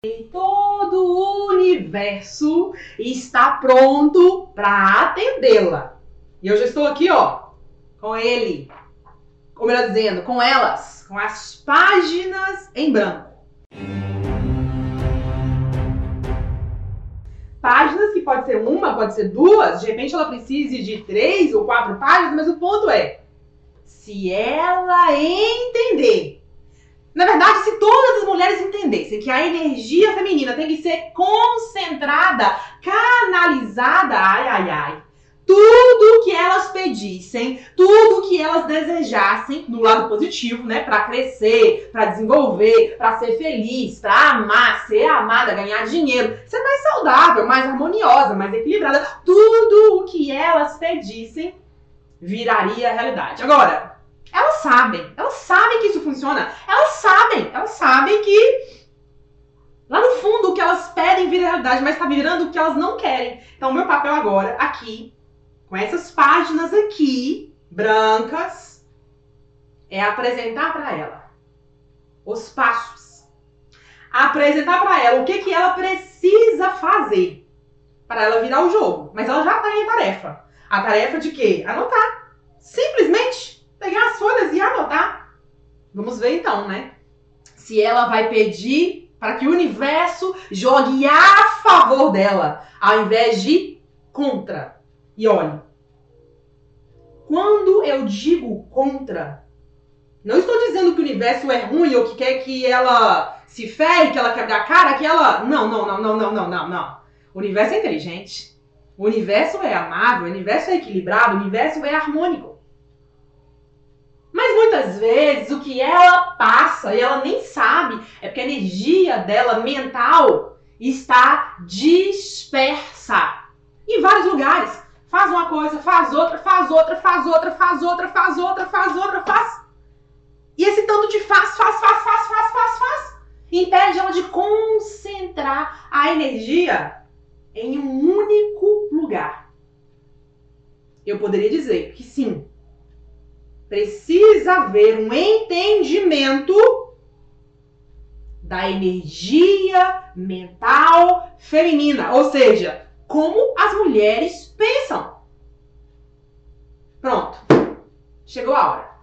Todo o universo está pronto para atendê-la. E eu já estou aqui, ó, com ele. Ou melhor dizendo, com elas, com as páginas em branco. Páginas que pode ser uma, pode ser duas, de repente ela precise de 3 ou 4 páginas, mas o ponto é, se ela entender. Na verdade, se todas as mulheres entendessem que a energia feminina tem que ser concentrada, canalizada, tudo que elas pedissem, tudo que elas desejassem, no lado positivo, né, para crescer, para desenvolver, para ser feliz, para amar, ser amada, ganhar dinheiro, ser mais saudável, mais harmoniosa, mais equilibrada, tudo o que elas pedissem viraria realidade. Agora, elas sabem que isso funciona. Elas sabem que lá no fundo o que elas pedem vira realidade, mas tá virando o que elas não querem. Então o meu papel agora, aqui, com essas páginas aqui, brancas, é apresentar para ela os passos. Apresentar para ela o que ela precisa fazer para ela virar o jogo. Mas ela já tá em tarefa. A tarefa de quê? Anotar. Simplesmente pegar as folhas e anotar. Vamos ver então, né? Se ela vai pedir para que o universo jogue a favor dela, ao invés de contra. E olhe, quando eu digo contra, não estou dizendo que o universo é ruim ou que quer que ela se ferre, que ela quebre a cara, que ela... Não. O universo é inteligente. O universo é amável, o universo é equilibrado, o universo é harmônico. Mas muitas vezes o que ela passa e ela nem sabe é porque a energia dela mental está dispersa em vários lugares. Faz uma coisa, faz outra, faz outra, faz outra, faz outra, faz outra, faz outra, faz. E esse tanto de faz, impede ela de concentrar a energia em um único lugar. Eu poderia dizer que sim, precisa haver um entendimento da energia mental feminina, ou seja, como as mulheres pensam. Pronto, chegou a hora.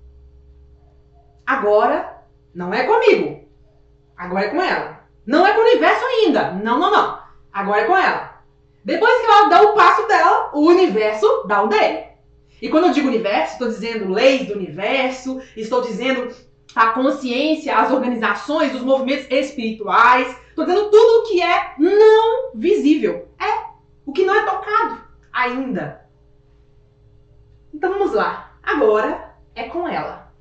Agora não é comigo, agora é com ela. Não é com o universo ainda, não. Agora é com ela. Depois que ela dá o passo dela, o universo dá o dele. E quando eu digo universo, estou dizendo leis do universo, estou dizendo a consciência, as organizações, os movimentos espirituais, estou dizendo tudo o que é não visível. É o que não é tocado ainda. Então vamos lá. Agora é com ela.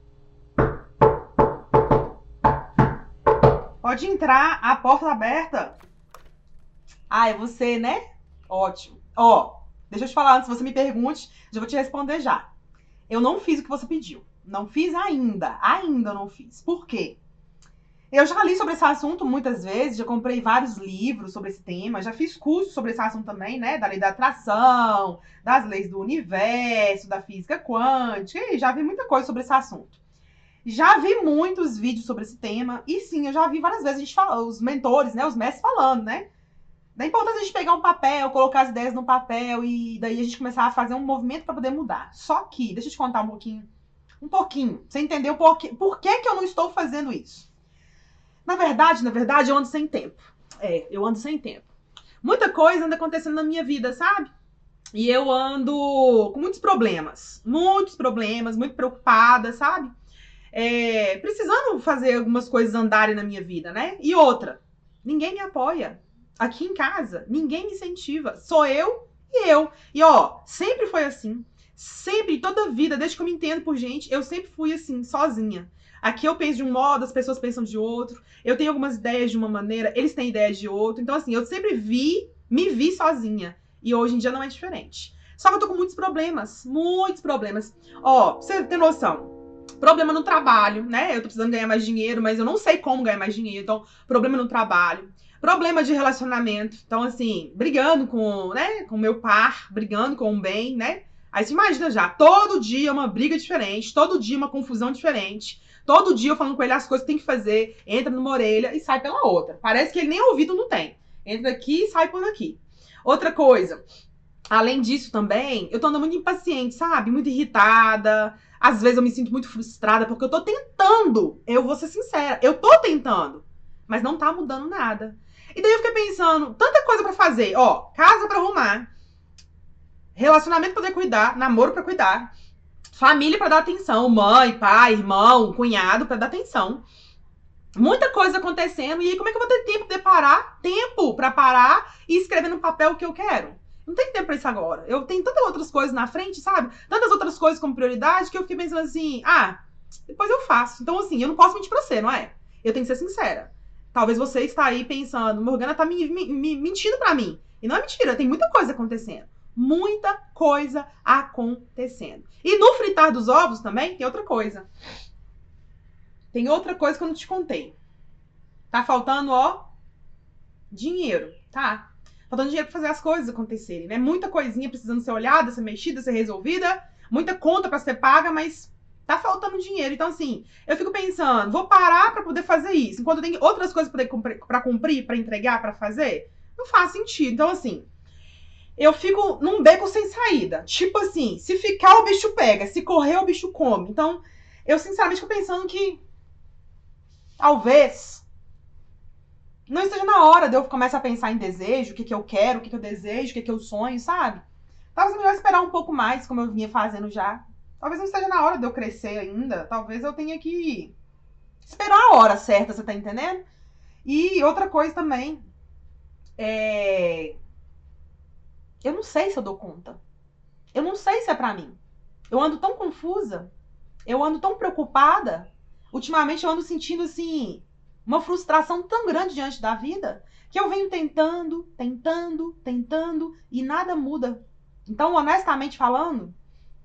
Pode entrar, a porta aberta. Ah, é você, né? Ótimo. Ó, deixa eu te falar, antes que você me pergunte, já vou te responder já. Eu não fiz o que você pediu. Não fiz ainda. Ainda não fiz. Por quê? Eu já li sobre esse assunto muitas vezes, já comprei vários livros sobre esse tema, já fiz curso sobre esse assunto também, né? Da lei da atração, das leis do universo, da física quântica, e já vi muita coisa sobre esse assunto. Já vi muitos vídeos sobre esse tema, e sim, eu já vi várias vezes a gente fala, os mentores, né? Os mestres falando, né? Da importância de pegar um papel, colocar as ideias no papel e daí a gente começar a fazer um movimento para poder mudar. Só que, deixa eu te contar um pouquinho, pra você entender um pouquinho, por que eu não estou fazendo isso. Na verdade, eu ando sem tempo. Eu ando sem tempo. Muita coisa anda acontecendo na minha vida, sabe? E eu ando com muitos problemas, muito preocupada, sabe? Precisando fazer algumas coisas andarem na minha vida, né? E outra, ninguém me apoia. Aqui em casa, ninguém me incentiva. Sou eu e eu. E ó, sempre foi assim. Sempre, toda a vida, desde que eu me entendo por gente, eu sempre fui assim, sozinha. Aqui eu penso de um modo, as pessoas pensam de outro. Eu tenho algumas ideias de uma maneira, eles têm ideias de outro. Então assim, eu sempre me vi sozinha. E hoje em dia não é diferente. Só que eu tô com muitos problemas. Ó, pra você ter noção. Problema no trabalho, né? Eu tô precisando ganhar mais dinheiro, mas eu não sei como ganhar mais dinheiro. Então, problema no trabalho. Problema de relacionamento. Então, assim, brigando com, né, com o meu par, brigando com o bem, né? Aí você imagina já, todo dia uma briga diferente, todo dia uma confusão diferente, Todo dia eu falando com ele as coisas que tem que fazer, entra numa orelha e sai pela outra. Parece que ele nem ouvido não tem. Entra aqui e sai por aqui. Outra coisa, além disso também, eu tô andando muito impaciente, sabe? Muito irritada. Às vezes eu me sinto muito frustrada porque eu tô tentando. Eu vou ser sincera, eu tô tentando, mas não tá mudando nada. E daí eu fiquei pensando, tanta coisa pra fazer. Ó, casa pra arrumar, relacionamento pra poder cuidar, namoro pra cuidar, família pra dar atenção, mãe, pai, irmão, cunhado pra dar atenção. Muita coisa acontecendo, e aí como é que eu vou ter tempo de parar? Tempo pra parar e escrever no papel o que eu quero? Não tem tempo pra isso agora. Eu tenho tantas outras coisas na frente, sabe? Tantas outras coisas como prioridade que eu fiquei pensando assim, depois eu faço. Então assim, eu não posso mentir pra você, não é? Eu tenho que ser sincera. Talvez você está aí pensando, Morgana tá me mentindo pra mim. E não é mentira, tem muita coisa acontecendo. Muita coisa acontecendo. E no fritar dos ovos também tem outra coisa. Tem outra coisa que eu não te contei. Tá faltando, ó, dinheiro, tá? Faltando dinheiro pra fazer as coisas acontecerem, né? Muita coisinha precisando ser olhada, ser mexida, ser resolvida. Muita conta pra ser paga, mas tá faltando dinheiro. Então, assim, eu fico pensando, vou parar pra poder fazer isso. Enquanto tem outras coisas pra cumprir, pra entregar, pra fazer, não faz sentido. Então, assim, eu fico num beco sem saída. Tipo assim, se ficar o bicho pega, se correr o bicho come. Então, eu sinceramente fico pensando que talvez não esteja na hora de eu começar a pensar em desejo, o que que eu quero, o que que eu desejo, o que que eu sonho, sabe? Talvez é melhor esperar um pouco mais, como eu vinha fazendo já. Talvez não esteja na hora de eu crescer ainda. Talvez eu tenha que esperar a hora certa, você tá entendendo? E outra coisa também, eu não sei se eu dou conta. Eu não sei se é pra mim. Eu ando tão confusa, eu ando tão preocupada. Ultimamente eu ando sentindo, assim, uma frustração tão grande diante da vida, que eu venho tentando, e nada muda. Então, honestamente falando,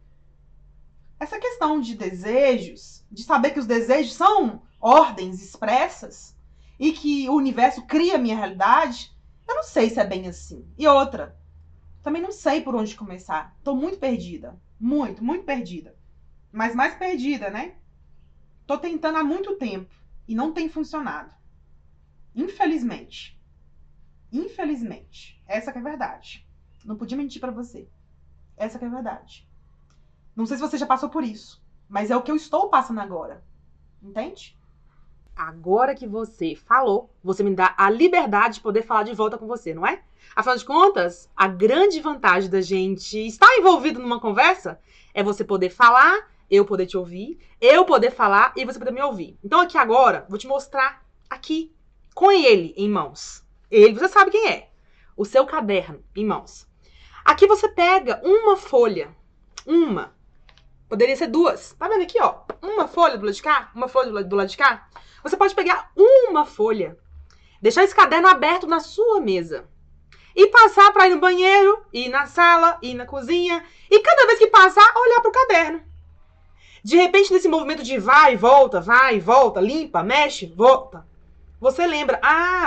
essa questão de desejos, de saber que os desejos são ordens expressas e que o universo cria a minha realidade, eu não sei se é bem assim. E outra, também não sei por onde começar. Tô muito perdida. Muito, muito perdida. Mas mais perdida, né? Tô tentando há muito tempo e não tem funcionado. Infelizmente. Infelizmente. Essa que é a verdade. Não podia mentir pra você. Essa que é a verdade. Não sei se você já passou por isso, mas é o que eu estou passando agora. Entende? Agora que você falou, você me dá a liberdade de poder falar de volta com você, não é? Afinal de contas, a grande vantagem da gente estar envolvido numa conversa é você poder falar, eu poder te ouvir, eu poder falar e você poder me ouvir. Então aqui agora, vou te mostrar aqui, com ele em mãos. Ele, você sabe quem é. O seu caderno em mãos. Aqui você pega uma folha. Uma. Poderia ser duas. Tá vendo aqui, ó? Uma folha do lado de cá, uma folha do lado de cá. Você pode pegar uma folha, deixar esse caderno aberto na sua mesa e passar para ir no banheiro, ir na sala, ir na cozinha e cada vez que passar, olhar pro caderno. De repente, nesse movimento de vai e volta, limpa, mexe, volta, você lembra,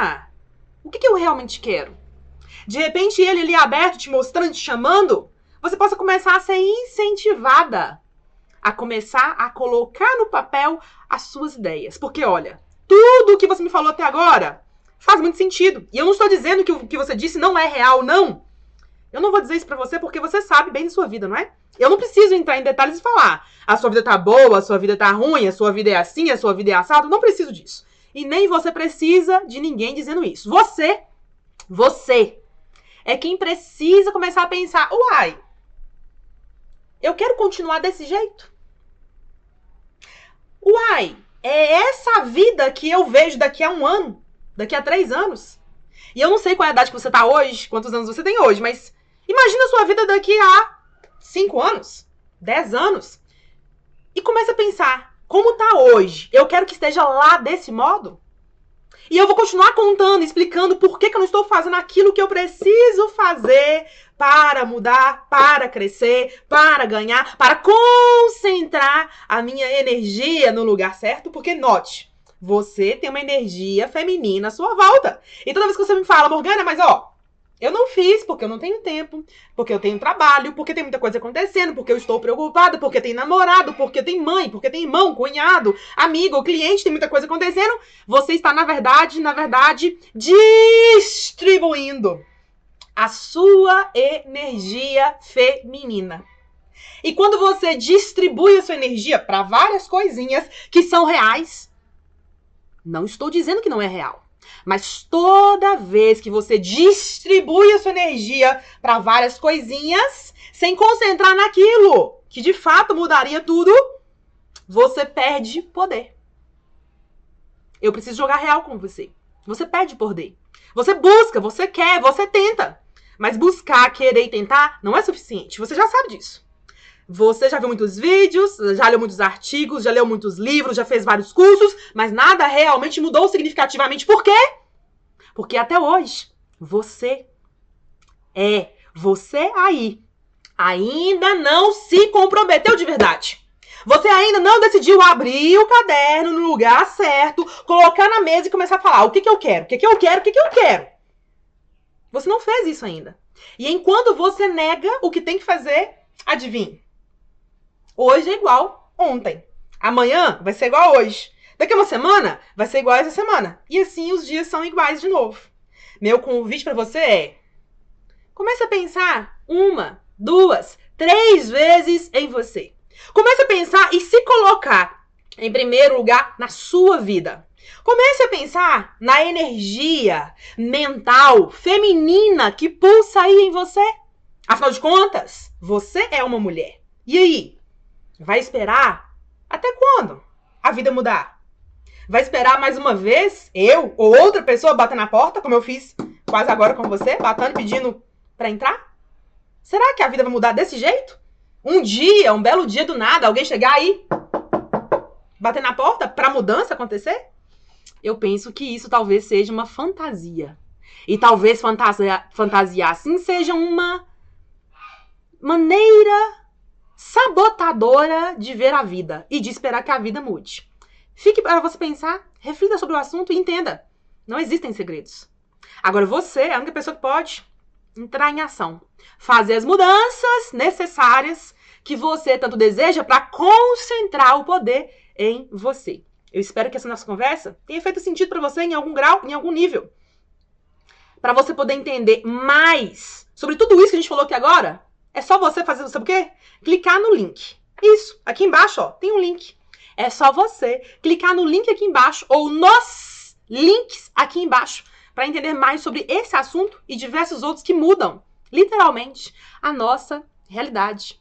o que eu realmente quero? De repente, ele ali aberto, te mostrando, te chamando, você possa começar a ser incentivada a começar a colocar no papel as suas ideias. Porque, olha, tudo o que você me falou até agora faz muito sentido. E eu não estou dizendo que o que você disse não é real, não. Eu não vou dizer isso pra você porque você sabe bem da sua vida, não é? Eu não preciso entrar em detalhes e falar a sua vida tá boa, a sua vida tá ruim, a sua vida é assim, a sua vida é assado. Não preciso disso. E nem você precisa de ninguém dizendo isso. Você é quem precisa começar a pensar, uai, eu quero continuar desse jeito? Uai, é essa vida que eu vejo daqui a 1 ano, daqui a 3 anos? E eu não sei qual é a idade que você tá hoje, quantos anos você tem hoje, mas imagina a sua vida daqui a 5 anos, 10 anos. E começa a pensar, como tá hoje? Eu quero que esteja lá desse modo? E eu vou continuar contando, explicando por que eu não estou fazendo aquilo que eu preciso fazer para mudar, para crescer, para ganhar, para concentrar a minha energia no lugar certo. Porque, note, você tem uma energia feminina à sua volta. E toda vez que você me fala, Morgana, mas ó, Eu não fiz porque eu não tenho tempo, porque eu tenho trabalho, porque tem muita coisa acontecendo, porque eu estou preocupada, porque tem namorado, porque tem mãe, porque tem irmão, cunhado, amigo, cliente, tem muita coisa acontecendo. Você está, na verdade, distribuindo a sua energia feminina. E quando você distribui a sua energia para várias coisinhas que são reais, não estou dizendo que não é real. Mas toda vez que você distribui a sua energia para várias coisinhas, sem concentrar naquilo que de fato mudaria tudo, você perde poder. Eu preciso jogar real com você. Você perde poder. Você busca, você quer, você tenta. Mas buscar, querer e tentar não é suficiente. Você já sabe disso. Você já viu muitos vídeos, já leu muitos artigos, já leu muitos livros, já fez vários cursos, mas nada realmente mudou significativamente. Por quê? Porque até hoje, você aí, ainda não se comprometeu de verdade. Você ainda não decidiu abrir o caderno no lugar certo, colocar na mesa e começar a falar o que eu quero, o que eu quero, o que eu quero. Você não fez isso ainda. E enquanto você nega o que tem que fazer, adivinhe. Hoje é igual ontem. Amanhã vai ser igual hoje. Daqui a uma semana vai ser igual essa semana. E assim os dias são iguais de novo. Meu convite para você é: comece a pensar 1, 2, 3 vezes em você. Comece a pensar e se colocar em primeiro lugar na sua vida. Comece a pensar na energia mental feminina que pulsa aí em você. Afinal de contas, você é uma mulher. E aí? Vai esperar até quando a vida mudar? Vai esperar mais uma vez eu ou outra pessoa bater na porta, como eu fiz quase agora com você, batendo, pedindo pra entrar? Será que a vida vai mudar desse jeito? Um dia, um belo dia do nada, alguém chegar aí, bater na porta pra mudança acontecer? Eu penso que isso talvez seja uma fantasia. E talvez fantasiar assim seja uma maneira sabotadora de ver a vida e de esperar que a vida mude. Fique para você pensar, reflita sobre o assunto e entenda. Não existem segredos. Agora você é a única pessoa que pode entrar em ação. Fazer as mudanças necessárias que você tanto deseja para concentrar o poder em você. Eu espero que essa nossa conversa tenha feito sentido para você em algum grau, em algum nível. Para você poder entender mais sobre tudo isso que a gente falou aqui agora, é só você fazer, sabe o quê? Clicar no link. Isso, aqui embaixo, ó, tem um link. É só você clicar no link aqui embaixo ou nos links aqui embaixo para entender mais sobre esse assunto e diversos outros que mudam, literalmente, a nossa realidade.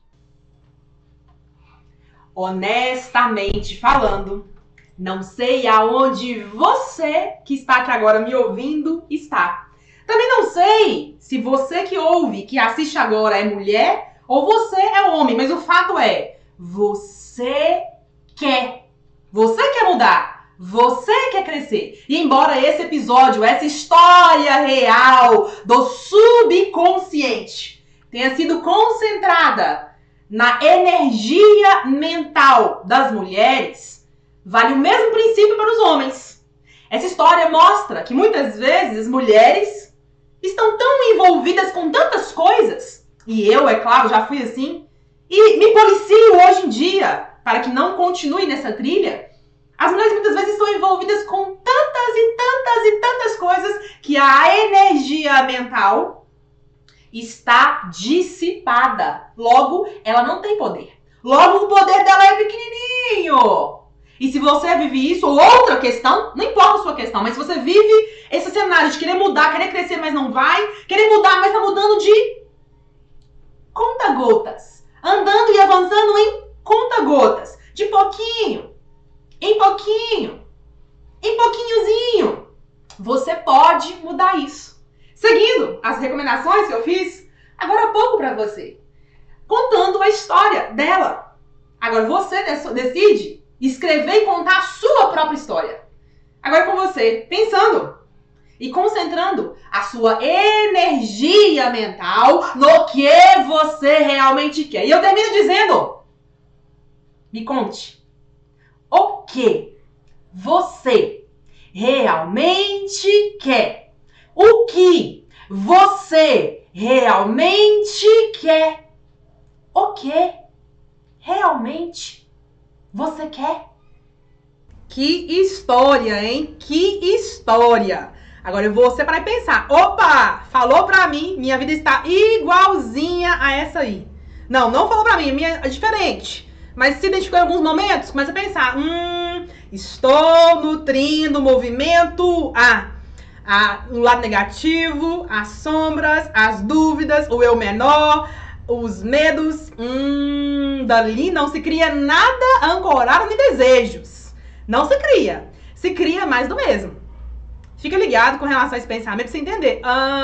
Honestamente falando, não sei aonde você que está aqui agora me ouvindo está. Também não sei se você que ouve, que assiste agora é mulher ou você é homem, mas o fato é, você quer mudar, você quer crescer. E embora esse episódio, essa história real do subconsciente tenha sido concentrada na energia mental das mulheres, vale o mesmo princípio para os homens. Essa história mostra que muitas vezes as mulheres estão tão envolvidas com tantas coisas, e eu, é claro, já fui assim, e me policio hoje em dia para que não continue nessa trilha. As mulheres muitas vezes estão envolvidas com tantas e tantas e tantas coisas que a energia mental está dissipada. Logo, ela não tem poder. Logo, o poder dela é pequenininho. E se você vive isso, ou outra questão, não importa a sua questão, mas se você vive esse cenário de querer mudar, querer crescer, mas não vai, querer mudar, mas tá mudando de conta-gotas. Andando e avançando em conta-gotas. De pouquinho, em pouquinho, em pouquinhozinho. Você pode mudar isso. Seguindo as recomendações que eu fiz agora há pouco pra você. Contando a história dela. Agora você decide escrever e contar a sua própria história. Agora com você, pensando e concentrando a sua energia mental no que você realmente quer. E eu termino dizendo, me conte, o que você realmente quer? O que Você realmente quer o quê? Realmente você quer? Que história, hein? Que história! Agora eu vou separar e pensar. Opa! Falou pra mim, minha vida está igualzinha a essa aí. Não falou pra mim, minha é diferente. Mas se identificou em alguns momentos, começa a pensar. Estou nutrindo o movimento o lado negativo, as sombras, as dúvidas, o eu menor, os medos. Dali não se cria nada ancorado em desejos. Não se cria. Se cria mais do mesmo. Fica ligado com relação a esse pensamento pra você entender.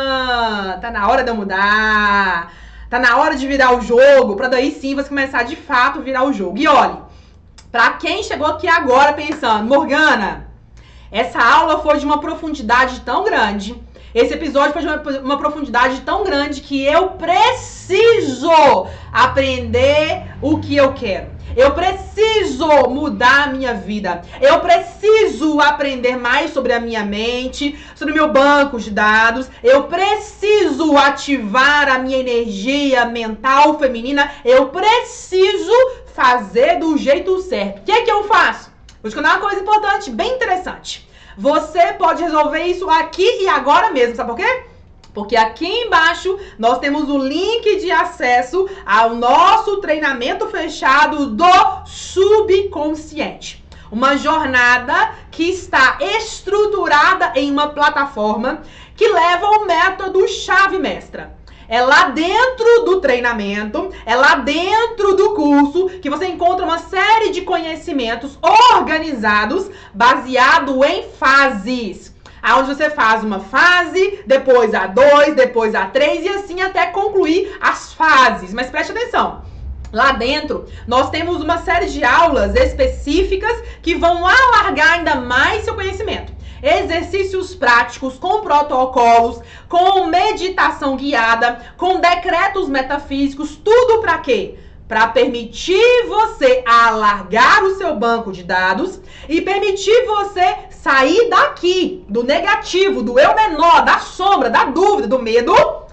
Tá na hora de eu mudar. Tá na hora de virar o jogo. Pra daí sim você começar de fato a virar o jogo. E olhe, pra quem chegou aqui agora pensando, Morgana, essa aula foi de uma profundidade tão grande. Esse episódio foi de uma profundidade tão grande que eu preciso aprender o que eu quero. Eu preciso mudar a minha vida. Eu preciso aprender mais sobre a minha mente, sobre o meu banco de dados. Eu preciso ativar a minha energia mental feminina. Eu preciso fazer do jeito certo. O que é que eu faço? Vou te contar uma coisa importante, bem interessante. Você pode resolver isso aqui e agora mesmo. Sabe por quê? Porque aqui embaixo nós temos o link de acesso ao nosso treinamento fechado do subconsciente. Uma jornada que está estruturada em uma plataforma que leva ao método chave mestra. É lá dentro do treinamento, é lá dentro do curso que você encontra uma série de conhecimentos organizados baseado em fases. Onde você faz uma fase, depois a 2, depois a 3 e assim até concluir as fases. Mas preste atenção, lá dentro nós temos uma série de aulas específicas que vão alargar ainda mais seu conhecimento. Exercícios práticos, com protocolos, com meditação guiada, com decretos metafísicos, tudo para quê? Para permitir você alargar o seu banco de dados e permitir você sair daqui, do negativo, do eu menor, da sombra, da dúvida, do medo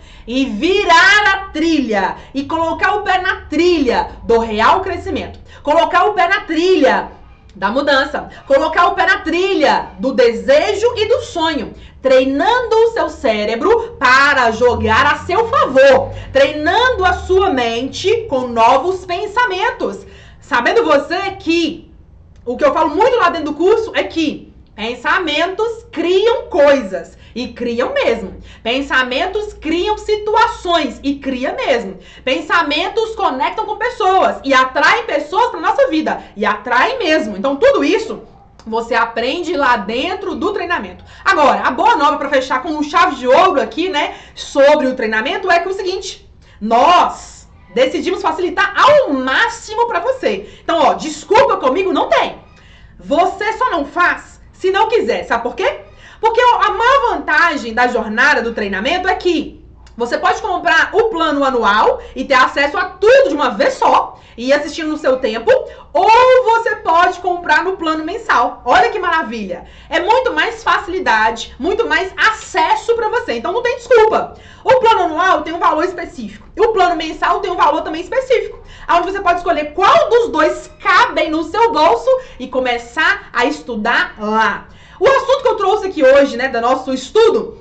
e virar a trilha e colocar o pé na trilha do real crescimento, colocar o pé na trilha da mudança, colocar o pé na trilha do desejo e do sonho, treinando o seu cérebro para jogar a seu favor, treinando a sua mente com novos pensamentos. Sabendo você que o que eu falo muito lá dentro do curso é que pensamentos criam coisas e criam mesmo. Pensamentos criam situações e cria mesmo. Pensamentos conectam com pessoas e atraem pessoas para nossa vida e atraem mesmo. Então tudo isso você aprende lá dentro do treinamento. Agora, a boa nova para fechar com um chave de ouro aqui, né, sobre o treinamento é que é o seguinte: nós decidimos facilitar ao máximo para você. Então, ó, desculpa comigo, não tem. Você só não faz se não quiser. Sabe por quê? Porque a maior vantagem da jornada do treinamento é que você pode comprar o plano anual e ter acesso a tudo de uma vez só e ir assistindo no seu tempo, ou você pode comprar no plano mensal. Olha que maravilha! É muito mais facilidade, muito mais acesso para você. Então não tem desculpa. O plano anual tem um valor específico e o plano mensal tem um valor também específico, onde você pode escolher qual dos dois cabem no seu bolso e começar a estudar lá. O assunto que eu trouxe aqui hoje, né, do nosso estudo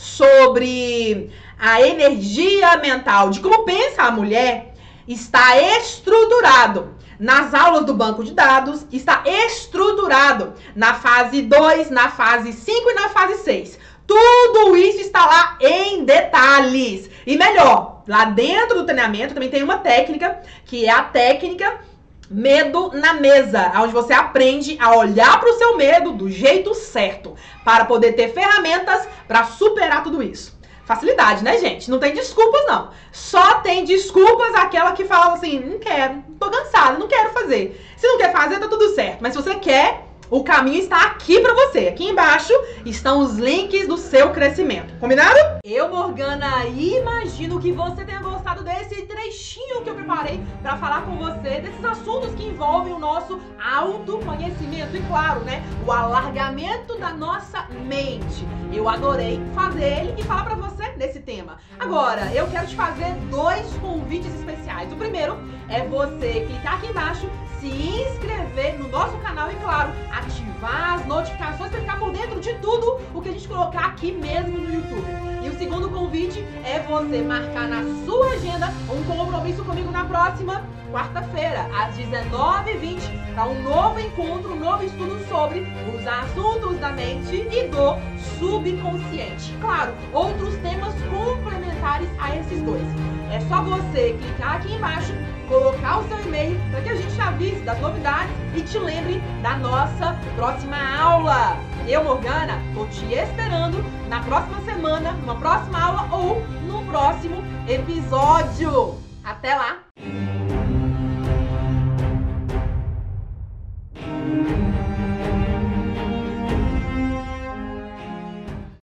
sobre a energia mental, de como pensa a mulher, está estruturado nas aulas do banco de dados, está estruturado na fase 2, na fase 5 e na fase 6. Tudo isso está lá em detalhes. E melhor, lá dentro do treinamento também tem uma técnica, que é a técnica Medo na Mesa, onde você aprende a olhar para o seu medo do jeito certo, para poder ter ferramentas para superar tudo isso. Facilidade, né, gente? Não tem desculpas, não. Só tem desculpas aquela que fala assim, não quero, tô cansada, não quero fazer. Se não quer fazer, tá tudo certo. Mas se você quer, O caminho está aqui pra você. Aqui embaixo estão os links do seu crescimento. Combinado? Eu, Morgana, imagino que você tenha gostado desse trechinho que eu preparei pra falar com você desses assuntos que envolvem o nosso autoconhecimento e, claro, né, o alargamento da nossa mente. Eu adorei fazer ele e falar pra você desse tema. Agora, eu quero te fazer 2 convites especiais. O primeiro é você clicar aqui embaixo, se inscrever no nosso canal e, claro, ativar as notificações para ficar por dentro de tudo o que a gente colocar aqui mesmo no YouTube. E o segundo convite é você marcar na sua agenda um compromisso comigo na próxima quarta-feira, às 19h20, para um novo encontro, um novo estudo sobre os assuntos da mente e do subconsciente. Claro, outros temas complementares a esses 2. É só você clicar aqui embaixo, colocar o seu e-mail para que a gente te avise das novidades e te lembre da nossa próxima aula. Eu, Morgana, tô te esperando na próxima semana, numa próxima aula ou no próximo episódio. Até lá!